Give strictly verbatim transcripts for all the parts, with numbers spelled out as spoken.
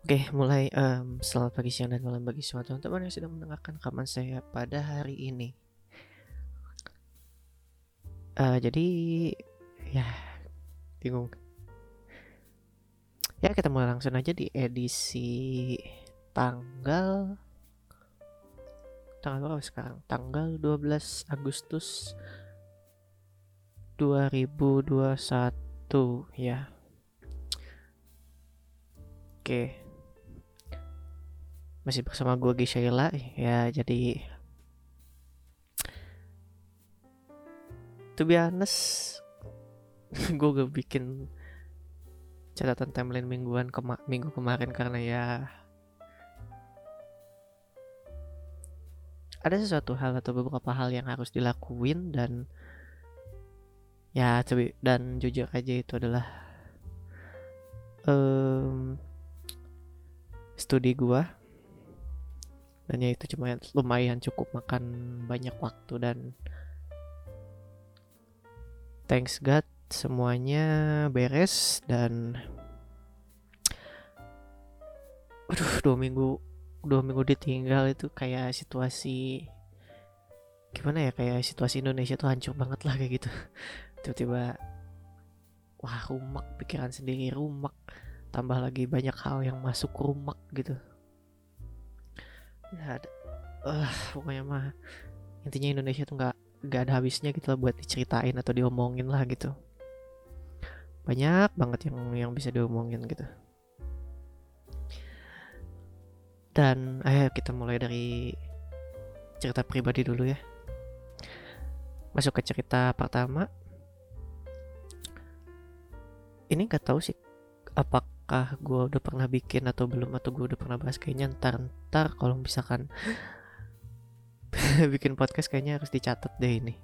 Oke, mulai, mmm, selamat pagi, siang, dan malam bagi semua teman-teman yang sedang mendengarkan rekaman saya pada hari ini. Eee, jadi ya bingung. Ya kita mulai langsung aja di edisi tanggal tanggal berapa sekarang? Tanggal dua belas Agustus dua ribu dua puluh satu ya. Oke, masih bersama gue Gisela ya. Jadi to be honest, gue gak bikin catatan timeline mingguan kema minggu kemarin karena ya ada sesuatu hal atau beberapa hal yang harus dilakuin dan ya tapi dan jujur aja itu adalah um, studi gua, dan ya itu cuma lumayan cukup makan banyak waktu, dan thanks God semuanya beres. Dan aduh, dua minggu dua minggu ditinggal itu kayak situasi gimana ya, kayak situasi Indonesia tuh hancur banget lah kayak gitu. Tiba-tiba wah, rumek, pikiran sendiri rumek, tambah lagi banyak hal yang masuk rumek gitu ya. Uh, pokoknya mah intinya Indonesia tuh nggak nggak ada habisnya gitu lah buat diceritain atau diomongin lah gitu. Banyak banget yang yang bisa diomongin gitu. Dan ayo kita mulai dari cerita pribadi dulu ya. Masuk ke cerita pertama. Ini nggak tahu sih apakah gue udah pernah bikin atau belum, atau gue udah pernah bahas. Kayaknya ntar ntar kalau misalkan bikin podcast kayaknya harus dicatat deh ini.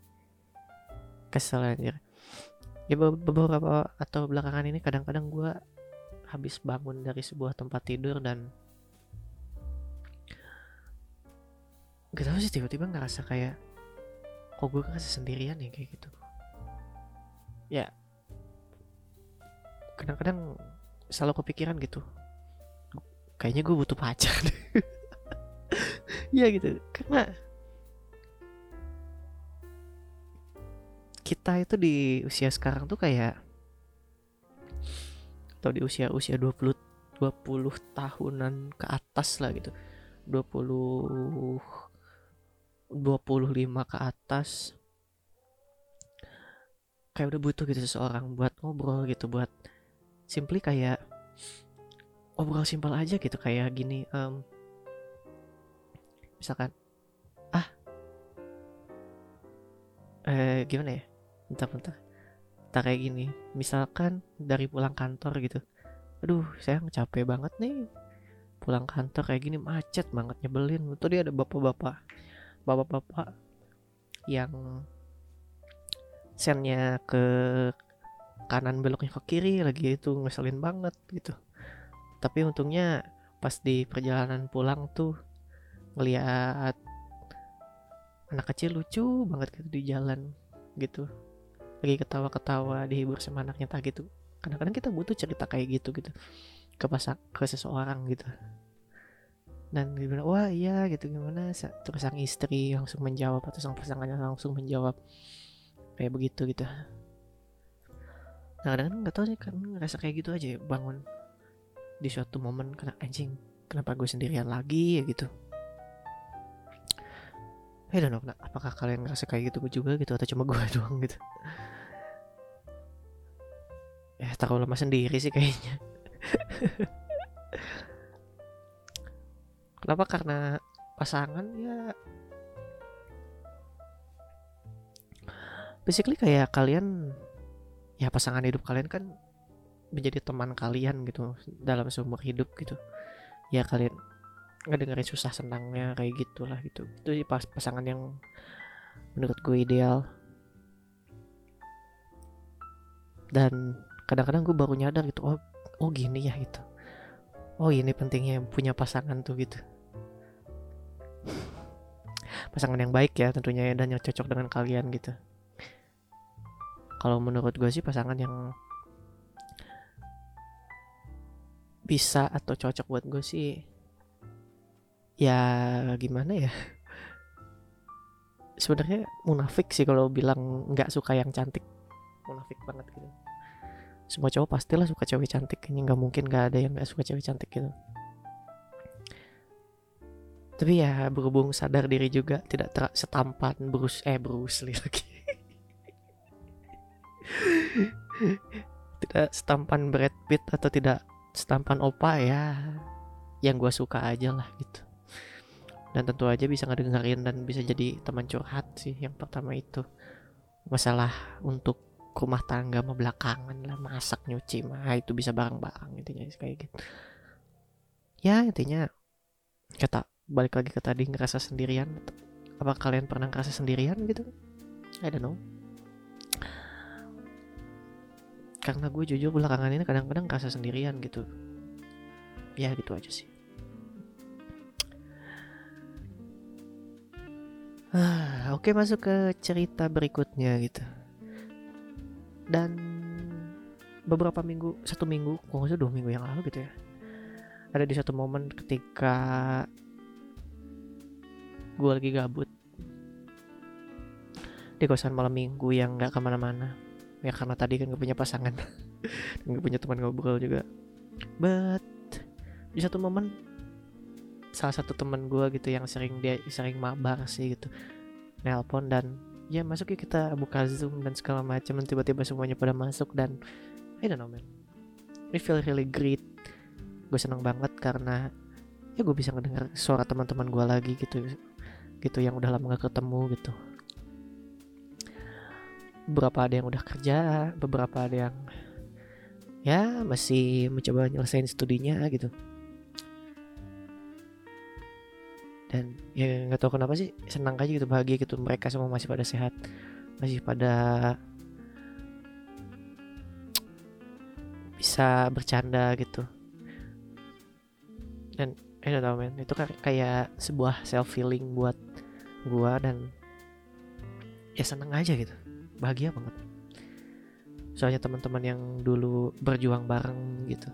Kesel anjir. Ya beberapa atau belakangan ini kadang-kadang gue habis bangun dari sebuah tempat tidur dan gak tau sih, tiba-tiba ngerasa kayak kok gue ngerasa sendirian ya kayak gitu ya. Kadang-kadang selalu kepikiran gitu, kayaknya gue butuh pacar. Ya gitu, karena kita itu di usia sekarang tuh kayak, atau di usia-usia dua puluh dua puluh tahunan ke atas lah gitu. dua puluh dua puluh lima ke atas, kayak udah butuh gitu seseorang buat ngobrol gitu, buat simply kayak ngobrol simpel aja gitu, kayak gini, um, misalkan ah eh gimana ya, bentar-bentar tak kayak gini, misalkan dari pulang kantor gitu, aduh saya capek banget nih pulang kantor kayak gini, macet banget, nyebelin. Tuh dia ada bapak-bapak bapak-bapak yang sennya ke kanan beloknya ke kiri lagi, itu ngeselin banget gitu. Tapi untungnya pas di perjalanan pulang tuh ngeliat anak kecil lucu banget gitu di jalan gitu, lagi ketawa-ketawa dihibur sama anaknya tak gitu. Kadang-kadang kita butuh cerita kayak gitu gitu ke pasang ke seseorang gitu. Dan dia bilang wah iya gitu, gimana, terus sang istri langsung menjawab atau sang pasangannya langsung menjawab kayak begitu gitu. Nah kadang-kadang nggak tahu sih, kan ngerasa kayak gitu aja ya, bangun di suatu momen kena anjing, kenapa gue sendirian lagi ya gitu. Hey don't know, apakah kalian ngerasa kayak gitu juga gitu atau cuma gue doang gitu. Ya terlalu lama sendiri sih kayaknya. Kenapa? Karena pasangan ya, basically kayak kalian, ya pasangan hidup kalian kan menjadi teman kalian gitu dalam seumur hidup gitu. Ya kalian ngedengerin susah senangnya kayak gitulah gitu. Itu sih pas pasangan yang menurut gue ideal. Dan kadang-kadang gue baru nyadar gitu, oh oh gini ya gitu. Oh ini pentingnya punya pasangan tuh gitu. Pasangan yang baik ya tentunya ya, dan yang cocok dengan kalian gitu. Kalau menurut gue sih pasangan yang bisa atau cocok buat gue sih, ya gimana ya, sebenarnya munafik sih kalau bilang nggak suka yang cantik, munafik banget gitu. Semua cowok pastilah suka cewek cantik, kayaknya nggak mungkin nggak ada yang nggak suka cewek cantik gitu. Tapi ya berhubung sadar diri juga tidak ter- setampan Bruce eh Bruce Lee lagi tidak setampan Brad Pitt atau tidak setampan Opa, ya yang gue suka aja lah gitu. Dan tentu aja bisa ngedengerin dan bisa jadi teman curhat sih. Yang pertama itu masalah untuk rumah tangga mah belakangan lah, masak nyuci mah itu bisa bareng-bareng intinya kayak gitu. Ya intinya kata balik lagi ke tadi, ngerasa sendirian. Apa kalian pernah ngerasa sendirian gitu? I don't know. Karena gue jujur belakangan ini kadang-kadang ngerasa sendirian gitu. Ya gitu aja sih. Ah, oke, masuk ke cerita berikutnya gitu. Dan beberapa minggu, satu minggu, kok nggak usah dua minggu yang lalu gitu ya, ada di satu momen ketika gue lagi gabut di kosan malam minggu yang nggak kemana-mana. Ya karena tadi kan gak punya pasangan, gak punya teman ngobrol juga. But di satu momen salah satu teman gue gitu yang sering dia sering mabar sih gitu nelpon dan ya masuk yuk kita buka Zoom dan segala macam, dan tiba-tiba semuanya pada masuk dan I don't know man, I feel really great. Gue seneng banget karena ya gue bisa ngedengar suara teman-teman gue lagi gitu gitu yang udah lama gak ketemu gitu. Beberapa ada yang udah kerja, beberapa ada yang ya masih mencoba nyelesain studinya gitu. Dan ya nggak tahu kenapa sih senang aja gitu, bahagia gitu, mereka semua masih pada sehat, masih pada bisa bercanda gitu. Dan I don't know man, itu kan kayak sebuah self feeling buat gua dan ya seneng aja gitu, bahagia banget. Soalnya teman-teman yang dulu berjuang bareng gitu,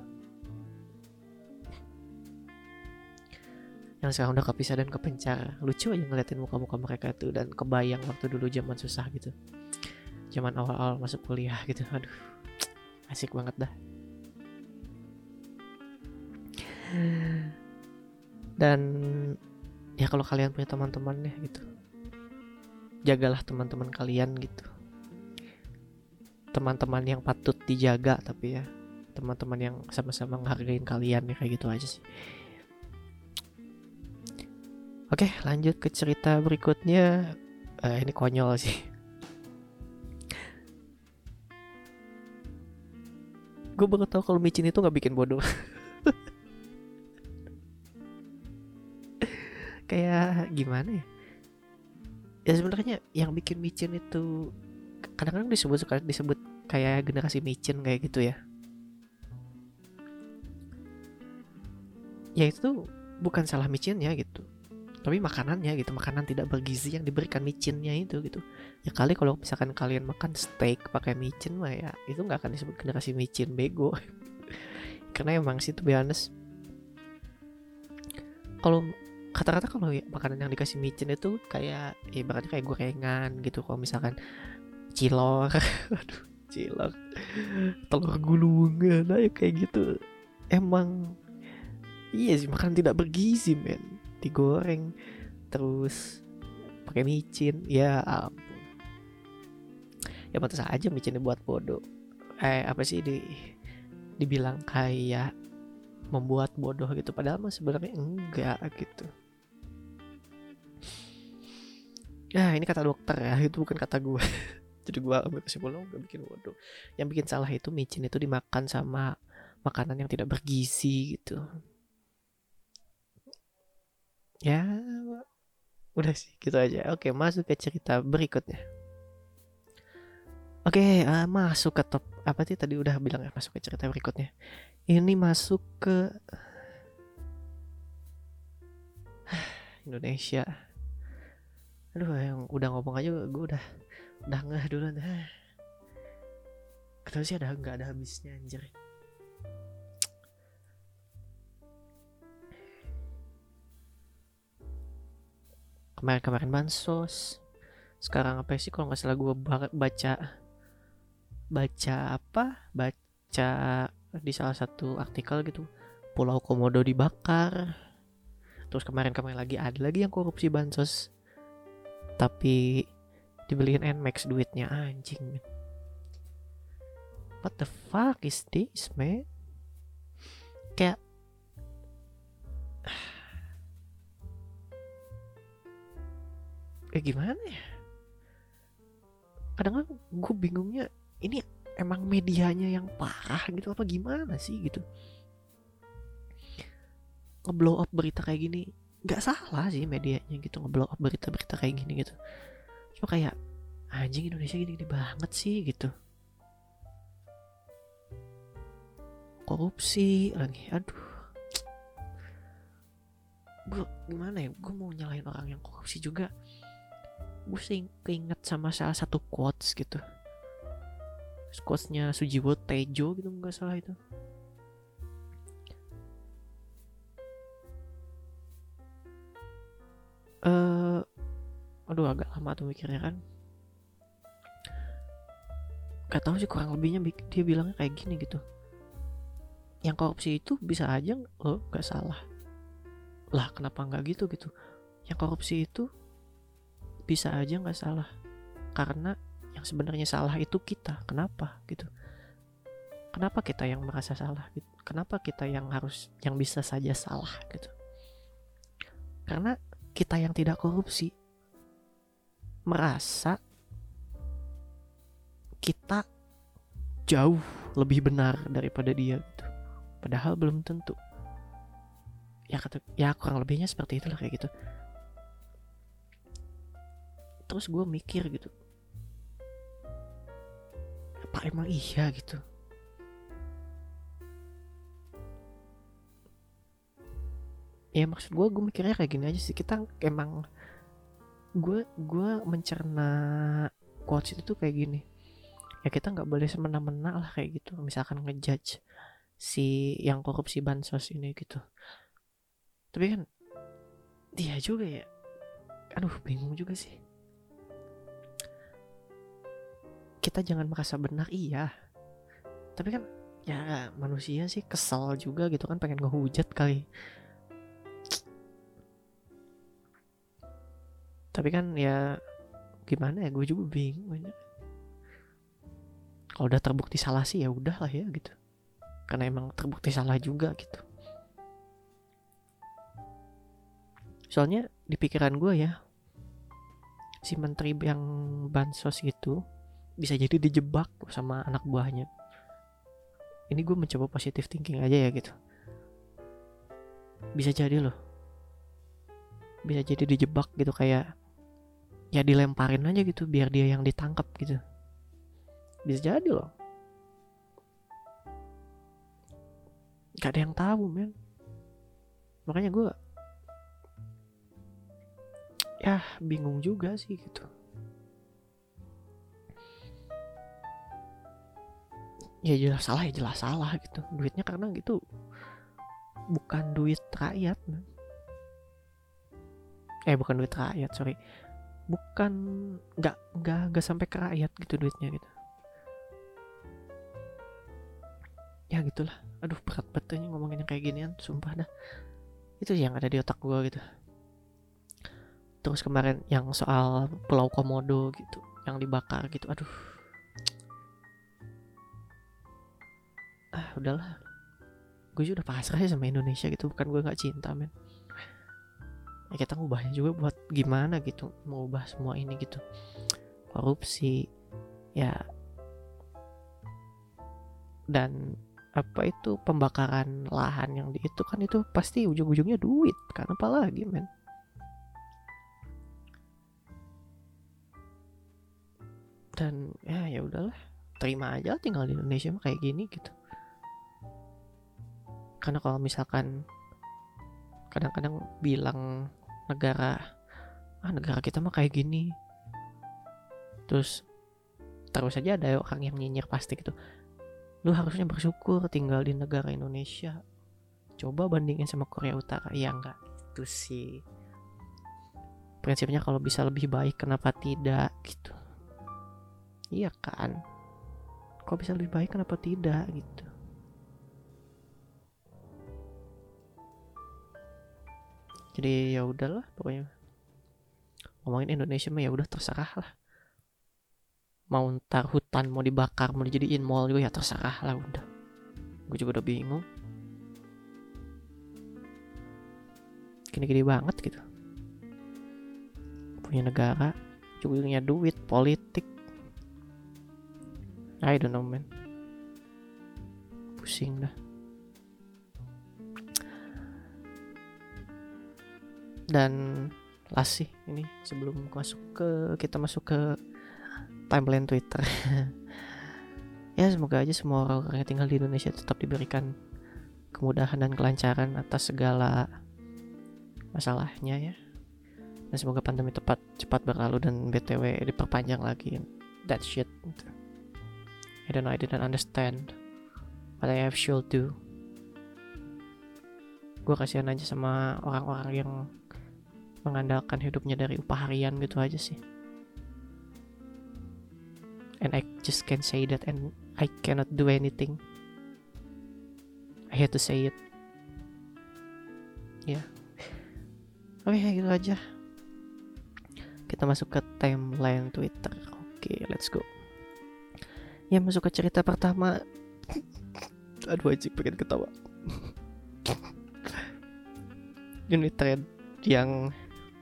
yang sekarang udah kepisah dan kepencar, lucu aja ngeliatin muka-muka mereka tuh dan kebayang waktu dulu zaman susah gitu, zaman awal-awal masuk kuliah gitu. Aduh, asik banget dah. Dan ya kalau kalian punya teman-teman ya gitu, jagalah teman-teman kalian gitu, teman-teman yang patut dijaga, tapi ya teman-teman yang sama-sama ngehargain kalian ya, kayak gitu aja sih. Oke, lanjut ke cerita berikutnya. Uh, ini konyol sih. Gue baru tahu kalau micin itu nggak bikin bodoh. Kayak gimana ya? Ya sebenarnya yang bikin micin itu kadang-kadang disebut suka disebut kayak generasi micin kayak gitu ya. Ya itu bukan salah micinnya gitu, tapi makanannya gitu, makanan tidak bergizi yang diberikan micinnya itu gitu. Ya kali kalau misalkan kalian makan steak pakai micin mah ya itu nggak akan disebut generasi micin, bego. Karena emang sih, to be honest, kalau kata-kata kalau ya, makanan yang dikasih micin itu kayak ya ibaratnya kayak gorengan gitu. Kalau misalkan cilor, aduh cilor, telur gulung, nah ya kayak gitu. Emang iya sih, makanan tidak bergizi men, digoreng terus pakai micin, ya ampun. Ya pantas aja micin dibuat bodoh. Eh apa sih di dibilang kayak membuat bodoh gitu, padahal mah sebenarnya enggak gitu. Ya ini kata dokter ya, itu bukan kata gue. Jadi gue ambil kesimpulan gak bikin bodoh. Yang bikin salah itu micin itu dimakan sama makanan yang tidak bergizi gitu. Ya udah sih gitu aja. Oke, masuk ke cerita berikutnya. Oke, uh, masuk ke top apa sih tadi udah bilang ya, masuk ke cerita berikutnya. Ini masuk ke Indonesia. Aduh, yang udah ngomong aja gue udah udah ngeh dulu dah. Kenapa sih ada nggak ada habisnya anjir. kemarin-kemarin bansos, sekarang apa sih kalau nggak salah gue baca baca apa baca di salah satu artikel gitu, Pulau Komodo dibakar. Terus kemarin-kemarin lagi ada lagi yang korupsi bansos tapi dibeliin Nmax duitnya, anjing man. What the fuck is this man? Kayak eh gimana ya, kadang-kadang gue bingungnya ini emang medianya yang parah gitu apa gimana sih gitu. Ngeblow up berita kayak gini nggak salah sih medianya gitu, ngeblow up berita-berita kayak gini gitu, cuma kayak anjing Indonesia gini-gini banget sih gitu, korupsi lagi, aduh. Gue gimana ya, gue mau nyalain orang yang korupsi juga, gue sih keinget sama salah satu quotes gitu, quotesnya Sujiwo Tejo gitu nggak salah itu. Uh, aduh agak lama tuh mikirnya kan, gak tahu sih kurang lebihnya dia bilangnya kayak gini gitu, yang korupsi itu bisa aja lo gak salah lah, kenapa nggak gitu gitu, yang korupsi itu bisa aja nggak salah karena yang sebenarnya salah itu kita, kenapa gitu, kenapa kita yang merasa salah gitu, kenapa kita yang harus yang bisa saja salah gitu, karena kita yang tidak korupsi merasa kita jauh lebih benar daripada dia gitu, padahal belum tentu. Ya kata ya kurang lebihnya seperti itulah kayak gitu. Terus gue mikir gitu, apa emang iya gitu? Ya maksud gue, gue mikirnya kayak gini aja sih, kita emang gue gue mencerna quotes itu tuh kayak gini. Ya kita nggak boleh semena-mena lah kayak gitu. Misalkan ngejudge si yang korupsi bansos ini gitu. Tapi kan dia juga ya, aduh bingung juga sih. Kita jangan merasa benar iya, tapi kan ya manusia sih kesal juga gitu kan, pengen ngehujat kali. Tapi kan ya gimana ya, gue juga bingung banyak. Kalau udah terbukti salah sih ya udah lah ya gitu, karena emang terbukti salah juga gitu. Soalnya di pikiran gue ya, si menteri yang bansos itu bisa jadi dijebak sama anak buahnya. Ini gue mencoba positive thinking aja ya gitu. Bisa jadi loh, bisa jadi dijebak gitu, kayak ya dilemparin aja gitu biar dia yang ditangkap gitu. Bisa jadi loh, gak ada yang tahu men. Makanya gue ya bingung juga sih gitu. Ya jelas salah, ya jelas salah gitu. Duitnya karena gitu bukan duit rakyat men. Eh bukan duit rakyat, sorry. Bukan, nggak nggak nggak sampai ke rakyat gitu duitnya gitu. Ya gitulah. Aduh berat banget ngomongin yang kayak ginian, sumpah dah. Itu yang ada di otak gue gitu. Terus kemarin yang soal Pulau Komodo gitu, yang dibakar gitu, aduh. Ah udahlah, gue juga udah pasrah ya sama Indonesia gitu. Bukan gue nggak cinta men, ya kita ngubahnya juga buat gimana gitu, mengubah semua ini gitu. Korupsi ya, dan apa itu pembakaran lahan yang di itu kan, itu pasti ujung-ujungnya duit kan, apa lagi men. Dan ya ya udahlah, terima aja tinggal di Indonesia mah kayak gini gitu. Karena kalau misalkan kadang-kadang bilang negara ah negara kita mah kayak gini, terus terus aja ada orang yang nyinyir pasti gitu, lu harusnya bersyukur tinggal di negara Indonesia, coba bandingin sama Korea Utara. Ya enggak gitu sih prinsipnya kalau bisa lebih baik kenapa tidak gitu. Iya kan, kok bisa lebih baik kenapa tidak gitu. Jadi ya udahlah pokoknya, ngomongin Indonesia mah ya udah terserah lah. Mau ntar hutan mau dibakar mau dijadiin mall juga ya terserah lah udah. Gue juga udah bingung. Gini-gini banget gitu. Punya negara, juga punya duit, politik. I don't know man. Pusing dah. Dan last sih ini sebelum masuk ke kita masuk ke timeline Twitter. Ya semoga aja semua orang-orang yang tinggal di Indonesia tetap diberikan kemudahan dan kelancaran atas segala masalahnya ya. Dan semoga pandemi tepat cepat berlalu dan B T W diperpanjang lagi. That shit. I don't know, I didn't understand what I have should do. Gue kasihan aja sama orang-orang yang mengandalkan hidupnya dari upah harian gitu aja sih. And I just can't say that and I cannot do anything. I had to say it. Ya. Yeah. Oke, okay, gitu aja. Kita masuk ke timeline Twitter. Oke, okay, let's go. Ya, masuk ke cerita pertama. Aduh, anjing pengen ketawa. Ini thread yang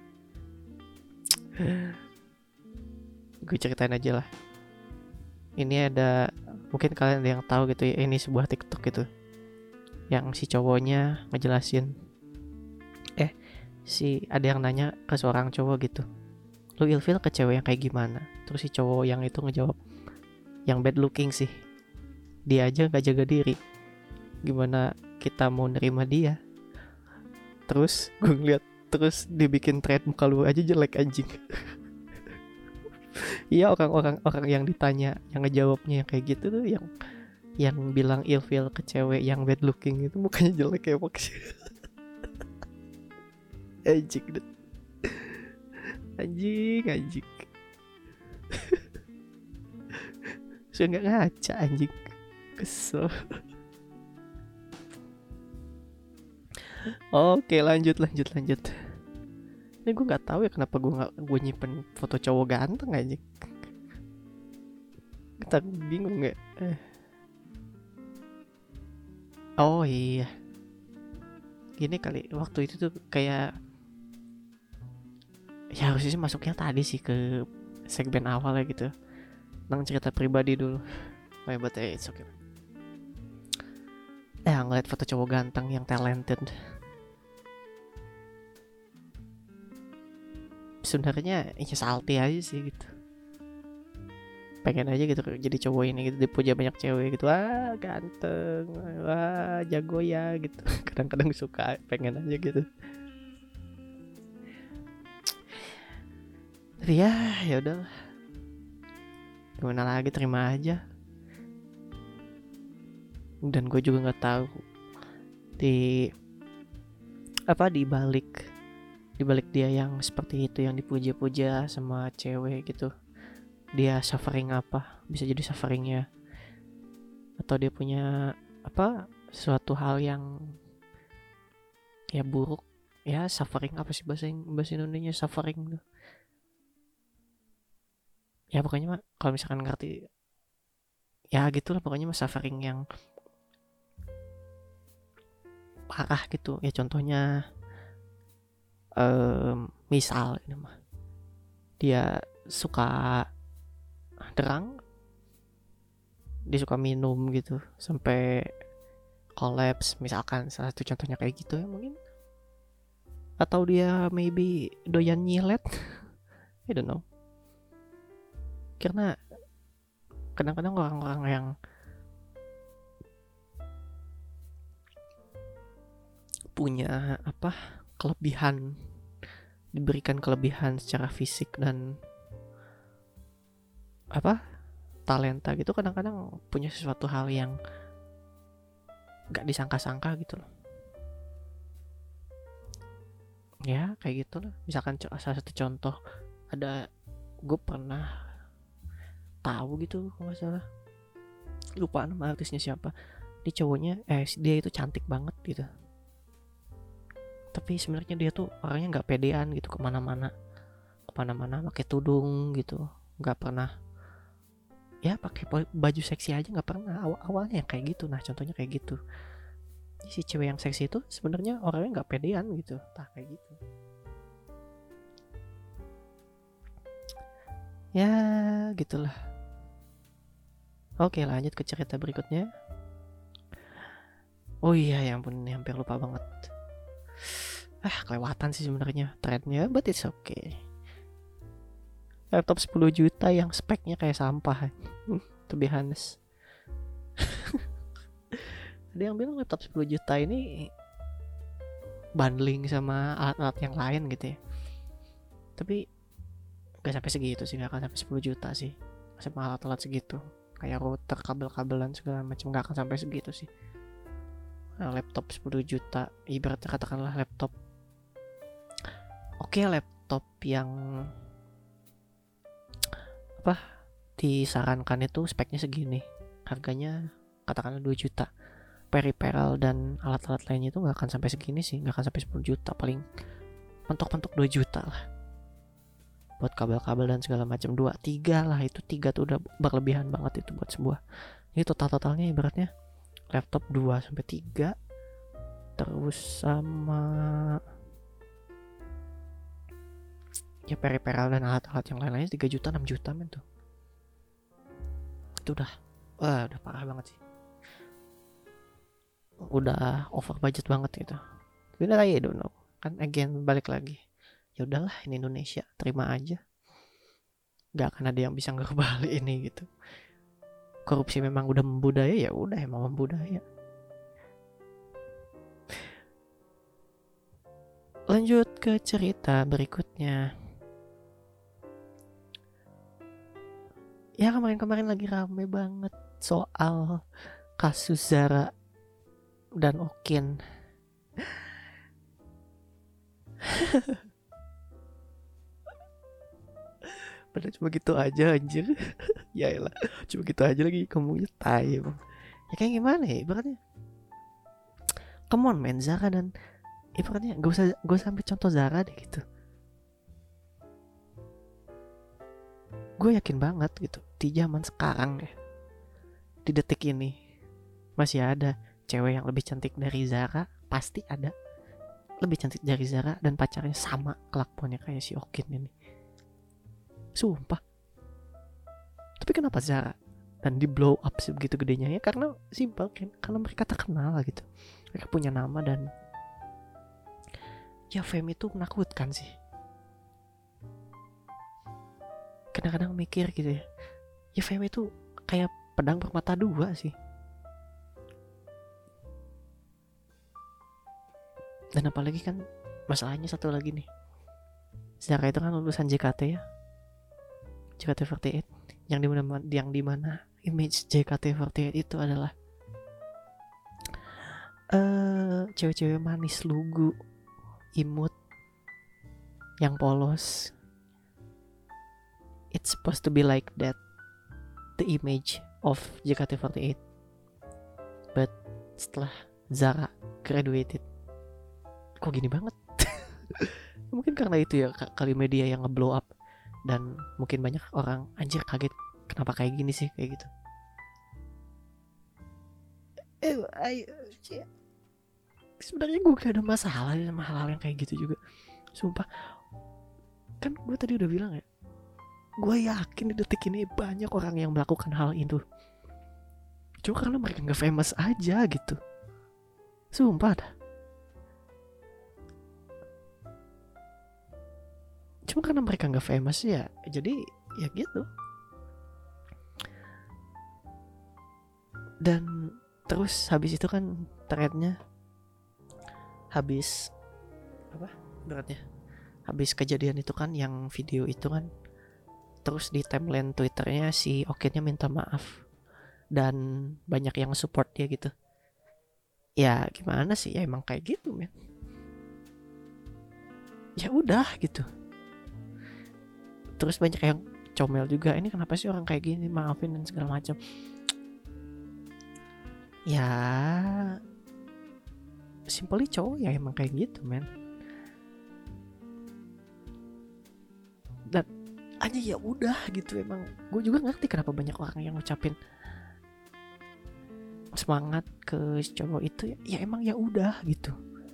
gue ceritain aja lah. Ini ada, mungkin kalian ada yang tahu gitu ya, ini sebuah TikTok gitu yang si cowoknya ngejelasin, eh si ada yang nanya ke seorang cowok gitu, lu ilfil ke cewek yang kayak gimana? Terus si cowok yang itu ngejawab, yang bad looking sih, dia aja gak jaga diri, gimana kita mau nerima dia? Terus gue ngeliat, terus dibikin thread, muka lu aja jelek anjing. Iya, orang-orang orang yang ditanya, yang ngejawabnya yang kayak gitu tuh, yang yang bilang ilfil ke cewek yang bad looking itu mukanya jelek kayak maksud. Anjing deh. Anjing, anjing. Saya nggak ngaca anjing. Kesel. Oke, lanjut lanjut lanjut. Ini gue nggak tahu ya kenapa gue nggak gue nyimpen foto cowok ganteng anjing. Kita bingung nggak? Eh. Oh iya. Gini kali waktu itu tuh kayak, ya harusnya sih masuknya tadi sih ke segmen awal ya gitu, tentang cerita pribadi dulu. Oh ya, but eh, it's okay. Eh, ngeliat foto cowok ganteng yang talented, sebenarnya ya salty aja sih gitu. Pengen aja gitu jadi cowok ini gitu, dipuja banyak cewek gitu, wah ganteng, wah jago ya gitu. Kadang-kadang suka, pengen aja gitu. Tapi ya ya udah, gimana lagi, terima aja. Dan gue juga nggak tahu di apa di balik di balik dia yang seperti itu, yang dipuja-puja sama cewek gitu, dia suffering apa, bisa jadi sufferingnya, atau dia punya apa suatu hal yang ya buruk ya. Suffering apa sih bahasa bahasa Indonesia suffering tuh ya, pokoknya mah kalau misalkan ngerti ya gitulah, pokoknya mah suffering yang parah gitu ya. Contohnya um, misal ini mah dia suka derang, dia suka minum gitu sampai collapse misalkan, salah satu contohnya kayak gitu ya mungkin. Atau dia maybe doyan nyilet. I don't know. Karena kadang-kadang orang-orang yang punya apa kelebihan, diberikan kelebihan secara fisik dan apa talenta gitu, kadang-kadang punya sesuatu hal yang gak disangka-sangka gitu loh. Ya kayak gitu lah. Misalkan co- salah satu contoh, ada gue pernah tahu gitu kalau nggak salah, lupa nama artisnya siapa. Dia cowoknya eh dia itu cantik banget gitu, tapi sebenarnya dia tuh orangnya nggak pedean gitu, kemana-mana kemana-mana pakai tudung gitu, nggak pernah ya pakai baju seksi aja nggak pernah. Awal awalnya yang kayak gitu. Nah contohnya kayak gitu. Jadi si cewek yang seksi itu sebenarnya orangnya nggak pedean gitu, tah kayak gitu ya, gitulah. Oke, lanjut ke cerita berikutnya. Oh iya, ya ampun, ini hampir lupa banget. Ah, kelewatan sih sebenarnya trendnya, but it's okay. Laptop sepuluh juta yang speknya kayak sampah. To be honest. Ada yang bilang laptop sepuluh juta ini bundling sama alat-alat yang lain gitu ya. Tapi gak sampai segitu sih, gak akan sampai sepuluh juta sih. Sama alat-alat segitu. Kayak router, kabel-kabelan segala macam, gak akan sampai segitu sih. Nah, laptop sepuluh juta, ibaratnya katakanlah laptop. Oke, laptop yang apa disarankan itu speknya segini, harganya katakanlah dua juta. Peripheral dan alat-alat lainnya itu nggak akan sampai segini sih, nggak akan sampai sepuluh juta, paling mentok-mentok dua juta lah buat kabel-kabel dan segala macam. Dua tiga lah, itu tiga tuh udah berlebihan banget itu buat sebuah. Ini total-totalnya ibaratnya laptop dua sampai tiga, terus sama ya peripheral dan alat-alat yang lain-lainnya tiga juta enam juta men tuh. Itu udah wah udah parah banget sih, udah over budget banget gitu. Tapi I don't know, kan again balik lagi, ya udahlah ini Indonesia, terima aja, nggak akan ada yang bisa ngebalik ini gitu. Korupsi memang udah membudaya, ya udah emang membudaya. Lanjut ke cerita berikutnya. Ya kemarin-kemarin lagi rame banget soal kasus Zara dan Okin. Padahal cuma gitu aja anjir. Ya elah, cuma gitu aja lagi ngomongnya tai bang. Ya kayak gimana ya ibaratnya, come on man, Zara dan ibaratnya gak usah gak usah sampai contoh Zara deh gitu. Gue yakin banget gitu di zaman sekarang deh, di detik ini masih ada cewek yang lebih cantik dari Zara, pasti ada lebih cantik dari Zara dan pacarnya sama kelakuannya kayak si Okin ini. Sumpah. Tapi kenapa Zara dan di blow up sebegitu gedenya? Ya karena simpel kan, karena mereka terkenal gitu, mereka punya nama dan ya fame itu menakutkan sih. Kadang-kadang mikir gitu ya, ya fame itu kayak pedang bermata dua sih. Dan apalagi kan masalahnya satu lagi nih, Zara itu kan lulusan J K T ya, J K T empat delapan, yang dimana yang dimana image J K T empat delapan itu adalah uh, cewek-cewek manis, lugu, imut, yang polos. It's supposed to be like that, the image of J K T empat delapan. But setelah Zara graduated, kok gini banget? Mungkin karena itu ya kali media yang nge-blow up, dan mungkin banyak orang anjir kaget kenapa kayak gini sih, kayak gitu. Eh, I, sebenarnya gue gak ada masalah sama hal-hal yang kayak gitu juga, sumpah. Kan gue tadi udah bilang ya, gue yakin di detik ini banyak orang yang melakukan hal itu, cuma karena mereka gak famous aja gitu, sumpah dah. Cuma karena mereka gak famous ya, jadi ya gitu. Dan terus habis itu kan threadnya, habis apa beratnya, habis kejadian itu kan yang video itu kan, terus di timeline Twitternya si Okinnya minta maaf dan banyak yang support dia gitu. Ya gimana sih, ya emang kayak gitu men. ya udah gitu. Terus banyak yang comel juga, ini kenapa sih orang kayak gini, maafin dan segala macam. Ya simply cowok ya emang kayak gitu men. Dan aja ya udah gitu. Emang gue juga ngerti kenapa banyak orang yang ngucapin semangat ke cowok itu ya, ya emang ya udah gitu.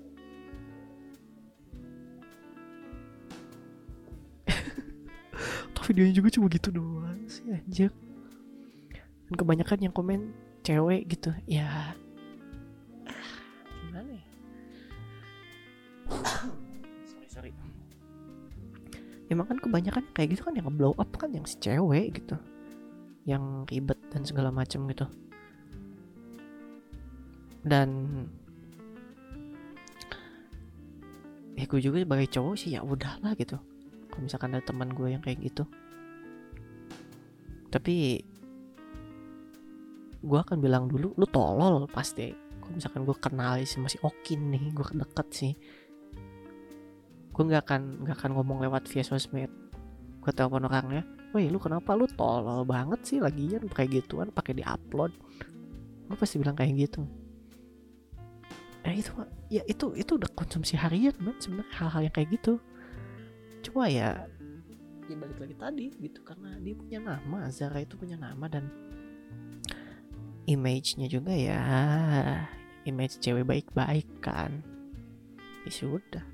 Tuh videonya juga cuma gitu doang sih anjir. Dan kebanyakan yang komen cewek gitu ya. Gimana ya? sorry sorry. Emang kan kebanyakan kayak gitu kan yang nge-blow up kan yang si cewek gitu, yang ribet dan segala macam gitu. Dan ya gue juga sebagai cowok sih ya udahlah gitu. Kalau misalkan ada teman gue yang kayak gitu, tapi gue akan bilang dulu, lu tolol pasti. Kalau misalkan gue kenal sih masih Okin nih, gue deket sih, gue nggak akan nggak akan ngomong lewat via sosmed. Gue telepon orangnya, woi lu kenapa lu tolol banget sih lagian kayak gituan pakai diupload. Gue pasti bilang kayak gitu. Eh itu ya itu itu udah konsumsi harian man sebenarnya hal-hal yang kayak gitu. Cuma ya ya balik lagi tadi gitu, karena dia punya nama, Zara itu punya nama dan image-nya juga ya image cewek baik-baik kan. Ya sudah,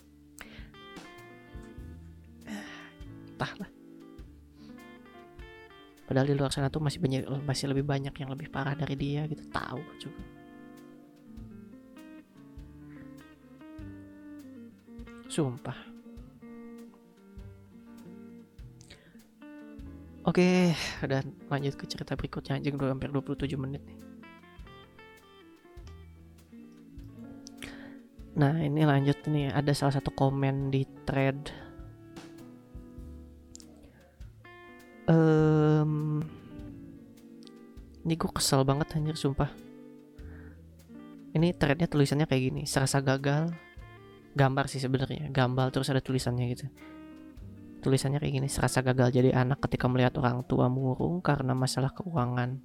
entahlah. Padahal di luar sana tuh masih banyak, masih lebih banyak yang lebih parah dari dia gitu, tahu juga. Sumpah. Oke, dan lanjut ke cerita berikutnya. Anjing udah hampir dua puluh tujuh menit nih. Nah, ini lanjut nih, ada salah satu komen di thread. Um, ini gue kesel banget anjir sumpah. Ini threadnya tulisannya kayak gini, serasa gagal. Gambar sih sebenarnya, gambar terus ada tulisannya gitu. Tulisannya kayak gini, serasa gagal jadi anak ketika melihat orang tua murung karena masalah keuangan.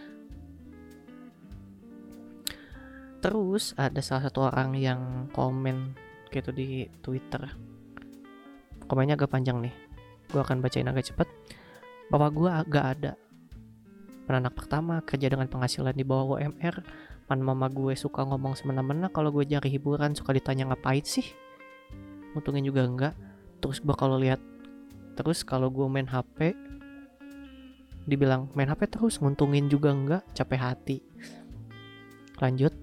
Terus ada salah satu orang yang komen gitu di Twitter. Komennya agak panjang nih, gue akan bacain agak cepat. Bahwa gue agak ada anak pertama, kerja dengan penghasilan di bawah U M R. Mana mama gue suka ngomong semena-mena kalau gue cari hiburan, suka ditanya ngapain sih, untungin juga enggak. Terus gue kalau lihat Terus kalau gue main H P dibilang main H P terus, nguntungin juga enggak, capek hati. Lanjut.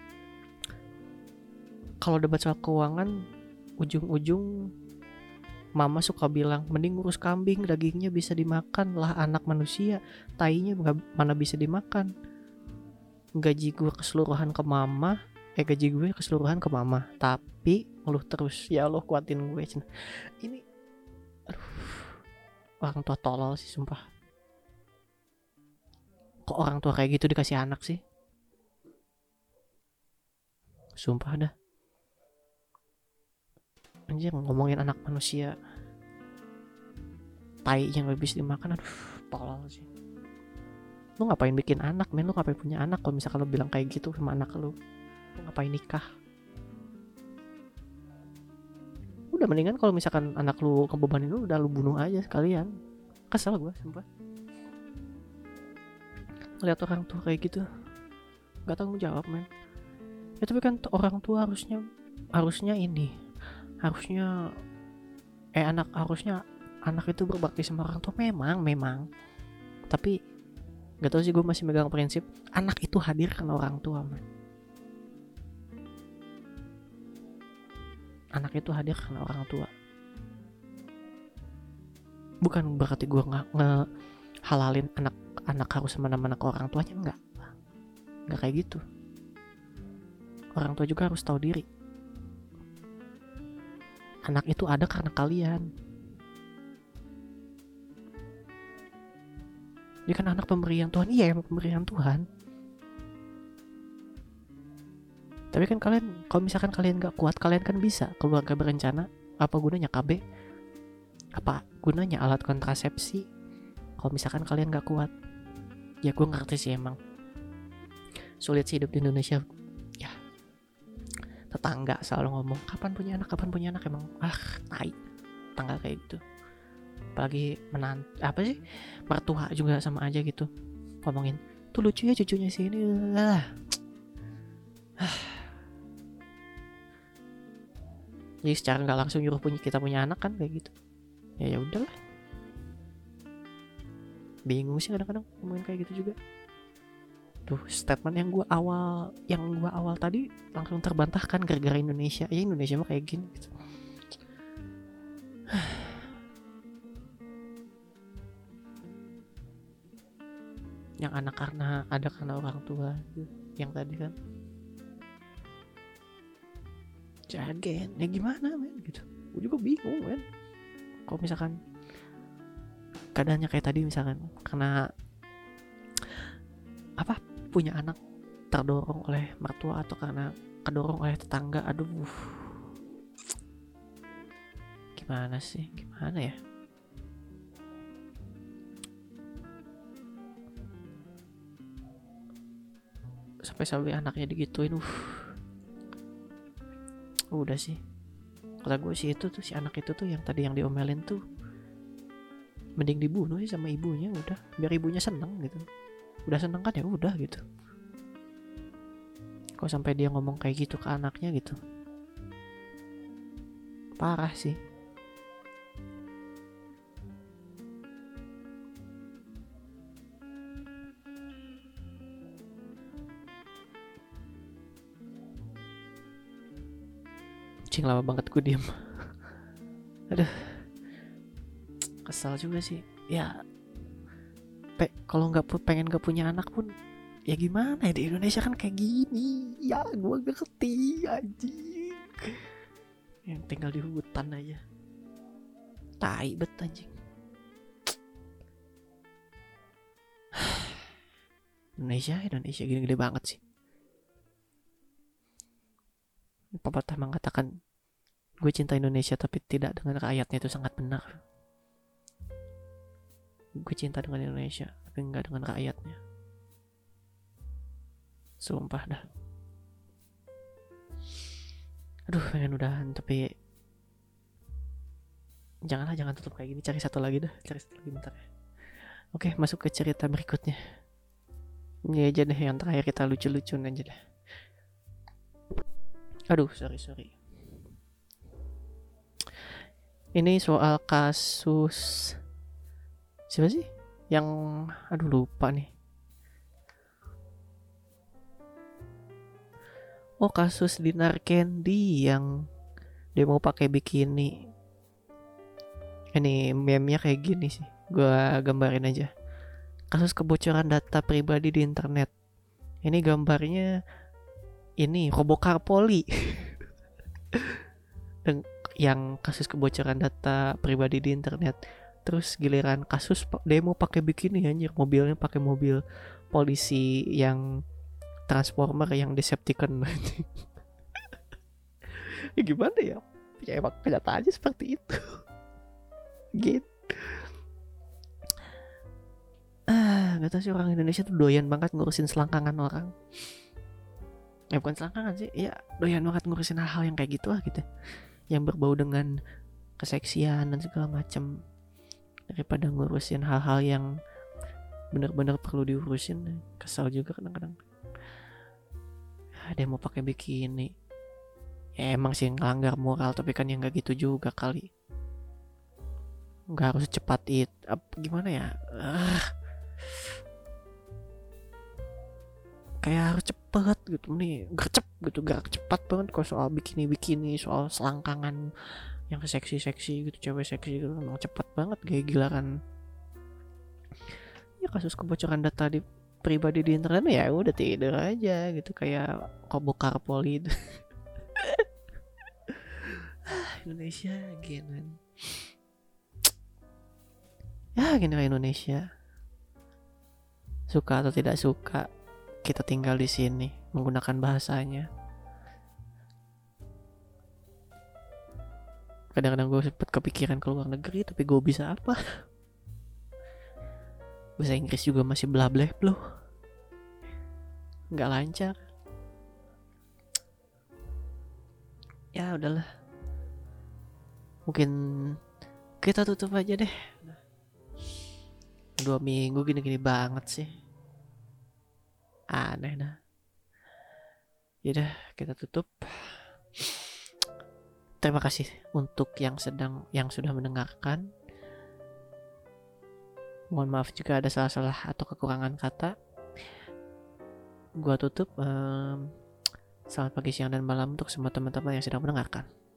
Kalau debat soal keuangan, ujung-ujung mama suka bilang mending ngurus kambing, dagingnya bisa dimakan lah anak manusia, tainya mana bisa dimakan. Gaji gue keseluruhan ke mama, eh gaji gue keseluruhan ke mama, tapi ngeluh terus. Ya Allah kuatin gue. Ini aduh, orang tua tolol sih sumpah. Kok orang tua kayak gitu dikasih anak sih? Sumpah dah. Anjir, ngomongin anak manusia, tai yang gak bisa dimakan, aduh tolol sih. Lu ngapain bikin anak men? Lu ngapain punya anak kalau misalkan lu bilang kayak gitu sama anak lu? Lu ngapain nikah? Udah mendingan kalau misalkan anak lu kebebanin lu, udah lu bunuh aja sekalian. Kesel gue sumpah ngeliat orang tua kayak gitu, gak tanggung jawab men. Ya tapi kan orang tua harusnya harusnya ini harusnya eh anak harusnya anak itu berbakti sama orang tua. Memang memang tapi gak tau sih, gue masih megang prinsip anak itu hadir karena orang tua man. Anak itu hadir karena orang tua. Bukan berarti gue nggak ngehalalin anak-anak harus semena-mena ke orang tuanya, enggak. Enggak kayak gitu. Orang tua juga harus tahu diri. Anak itu ada karena kalian. Dia kan anak pemberian Tuhan. Iya, emang pemberian Tuhan. Tapi kan kalian, kalau misalkan kalian gak kuat, kalian kan bisa keluarga berencana. apa gunanya K B? Apa gunanya alat kontrasepsi kalau misalkan kalian gak kuat? Ya gue ngerti sih, emang sulit sih hidup di Indonesia. Ya tetangga selalu ngomong kapan punya anak, kapan punya anak. Emang ah tai tetangga kayak gitu. Apalagi menant apa sih mertua juga sama aja gitu, ngomongin tuh lucu ya cucunya sini lah. Jadi secara nggak langsung nyuruh punya kita punya anak kan kayak gitu. Ya ya udahlah. Bingung sih kadang-kadang ngomongin kayak gitu juga. Tuh statement yang gua awal yang gua awal tadi langsung terbantahkan gara-gara Indonesia. Ya Indonesia mah kayak gini gitu. Yang anak karena ada karena orang tua gitu. Yang tadi kan jagen ya gimana men gitu. Gue juga bingung men. Kalau misalkan keadaannya kayak tadi misalkan karena apa punya anak terdorong oleh mertua atau karena kedorong oleh tetangga, aduh gimana sih, gimana ya. Sampai-sampai anaknya digituin, uh udah sih kata gue sih itu tuh si anak itu tuh yang tadi yang diomelin tuh mending dibunuh sih sama ibunya, udah biar ibunya seneng gitu. Udah seneng kan ya udah gitu. Kok sampai dia ngomong kayak gitu ke anaknya gitu, parah sih. Cing lama banget gue diem. Aduh kesal juga sih ya. Pe kalau nggak pengen nggak punya anak pun ya gimana ya, di Indonesia kan kayak gini ya, gue ngerti anjing. Yang tinggal di hutan aja tai bet anjing. Indonesia Indonesia gini-gini banget sih. Pepatah mengatakan gue cinta Indonesia tapi tidak dengan rakyatnya, itu sangat benar. Gue cinta dengan Indonesia tapi enggak dengan rakyatnya. Sumpah dah. Aduh pengen udahan tapi janganlah, jangan tutup kayak gini. Cari satu lagi dah, cari satu lagi bentar ya. Oke, masuk ke cerita berikutnya. Ini aja deh yang terakhir, kita lucu-lucuan aja deh. Aduh sorry sorry ini soal kasus siapa sih yang aduh lupa nih. Oh kasus Dinar Candy yang dia mau pakai bikini. Ini meme-nya kayak gini sih, gua gambarin aja. Kasus kebocoran data pribadi di internet. Ini gambarnya ini Robocar Poli. Dan yang kasus kebocoran data pribadi di internet, terus giliran kasus demo pakai bikini anjir, mobilnya pakai mobil polisi yang Transformer yang Decepticon. Ya gimana ya, ya emang kenyataannya seperti itu. Gitu. Ah, nggak tahu sih orang Indonesia tuh doyan banget ngurusin selangkangan orang. Ya bukan selangkangan sih, ya doyan banget ngurusin hal-hal yang kayak gitu lah gitu, yang berbau dengan keseksian dan segala macam, daripada ngurusin hal-hal yang benar-benar perlu diurusin. Kesal juga kadang-kadang. Dia mau pakai bikini, ya emang sih ngelanggar moral, tapi kan yang nggak gitu juga kali. Nggak harus cepat it, gimana ya? Ah. Kayak harus cepet gitu nih, gercep gitu, gerak cepat banget kalau soal bikini-bikini, soal selangkangan yang seksi-seksi gitu, cewek seksi gitu, emang cepet banget kayak gila kan. Ya kasus kebocoran data di pribadi di internet ya udah tidur aja gitu, kayak Robocar Poli itu. Indonesia gini. Ya gini lah Indonesia. Suka atau tidak suka, kita tinggal di sini menggunakan bahasanya. kadang-kadang gue sempet kepikiran ke luar negeri, tapi gue bisa apa? Bahasa Inggris juga masih bla bla bla, nggak lancar. Ya udahlah, mungkin kita tutup aja deh. Dua minggu gini-gini banget sih, aneh dah. Yaudah, kita tutup. Terima kasih untuk yang sedang yang sudah mendengarkan. Mohon maaf jika ada salah-salah atau kekurangan kata. Gua tutup. Um, selamat pagi, siang, dan malam untuk semua teman-teman yang sedang mendengarkan.